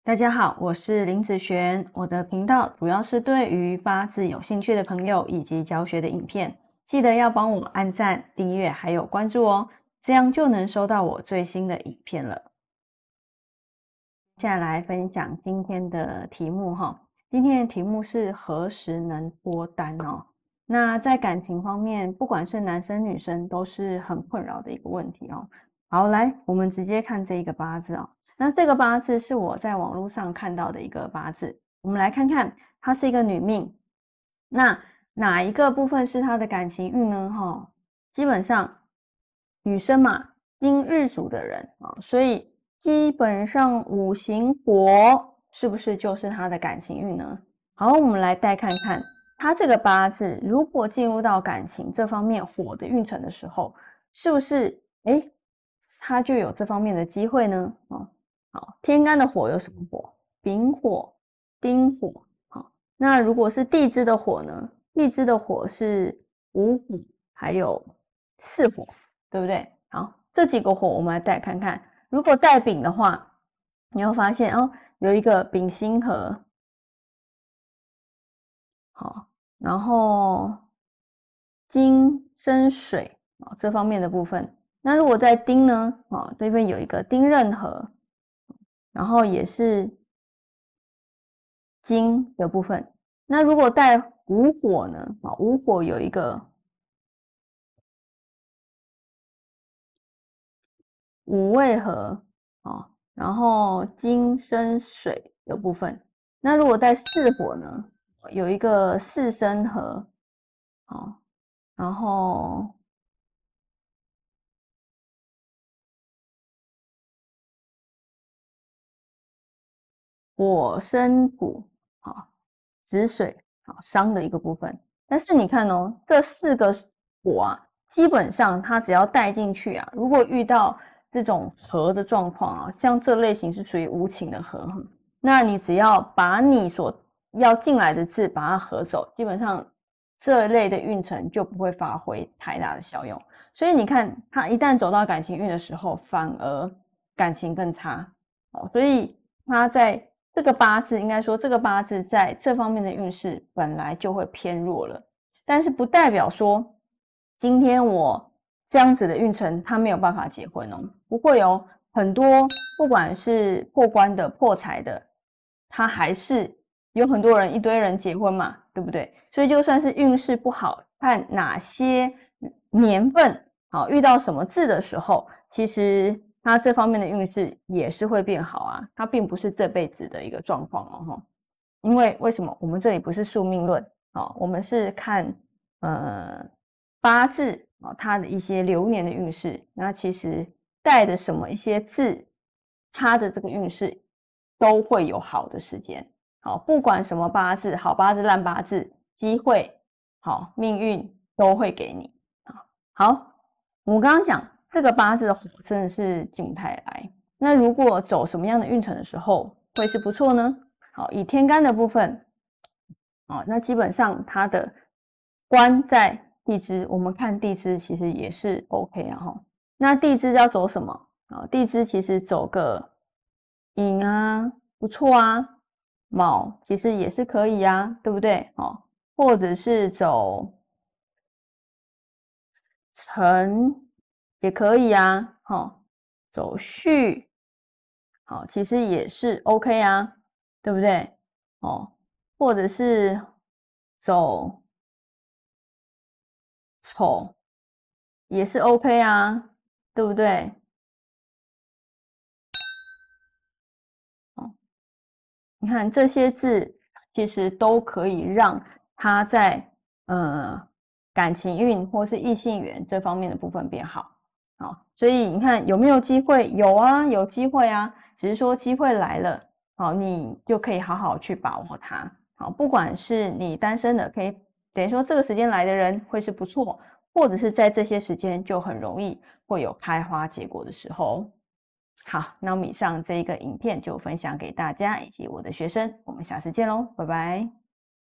大家好，我是林子璇，我的频道主要是对于八字有兴趣的朋友以及教学的影片，记得要帮我按赞、订阅还有关注哦，这样就能收到我最新的影片了。接下来分享今天的题目哈，今天的题目是何时能脱单哦？那在感情方面，不管是男生女生都是很困扰的一个问题哦。好，来，我们直接看这一个八字哦。那这个八字是我在网络上看到的一个八字，我们来看看，它是一个女命。那哪一个部分是她的感情运呢？哈，基本上女生嘛，金日主的人啊，所以基本上五行火是不是就是她的感情运呢？好，我们来带看看她这个八字，如果进入到感情这方面火的运程的时候，是不是她就有这方面的机会呢？哦，好，天干的火有什么火？丙火、丁火。好，那如果是地支的火呢？地支的火是午火，还有巳火，对不对？好，这几个火我们来带看看。如果带丙的话，你会发现哦，有一个丙辛合，好，然后金生水啊，这方面的部分。那如果在丁呢？啊，这边有一个丁壬合，然后也是金的部分。那如果带午火呢？啊，午火有一个五味合，啊，然后金生水的部分。那如果带巳火呢？有一个巳申合，啊，然后火生土，啊，子水，好，伤的一个部分。但是你看哦，这四个火啊，基本上它只要带进去啊，如果遇到这种合的状况啊，像这类型是属于无情的合，那你只要把你所要进来的字把它合走，基本上这类的运程就不会发挥太大的效用。所以你看，他一旦走到感情运的时候，反而感情更差。哦，所以他在这个八字，应该说这个八字在这方面的运势本来就会偏弱了，但是不代表说今天我这样子的运程他没有办法结婚哦，不会哦，很多不管是破关的、破财的，他还是有很多人一堆人结婚嘛，对不对？所以就算是运势不好，看哪些年份好遇到什么字的时候，其实他这方面的运势也是会变好啊，它并不是这辈子的一个状况哦。因为什么？我们这里不是宿命论哦，我们是看八字啊，它的一些流年的运势。那其实带的什么一些字，它的这个运势都会有好的时间。好，不管什么八字，好八字、烂八字，机会好命运都会给你。好，我们刚刚讲这个八字的火真的是进不太来。那如果走什么样的运程的时候会是不错呢？好，以天干的部分，那基本上它的官在地支，我们看地支其实也是 OK 啊哈。那地支要走什么？地支其实走个寅啊，不错啊，卯其实也是可以啊，对不对？或者是走辰也可以啊，走戌，好，其实也是 OK 啊，对不对？或者是走丑也是 OK 啊，对不对？你看这些字其实都可以让他在感情运或是异性缘这方面的部分变好。好，所以你看有没有机会？有啊，有机会啊，只是说机会来了，好，你就可以好好去把握它。好，不管是你单身的，可以等于说这个时间来的人会是不错，或者是在这些时间就很容易会有开花结果的时候。好，那我们以上这一个影片就分享给大家以及我的学生，我们下次见喽，拜拜。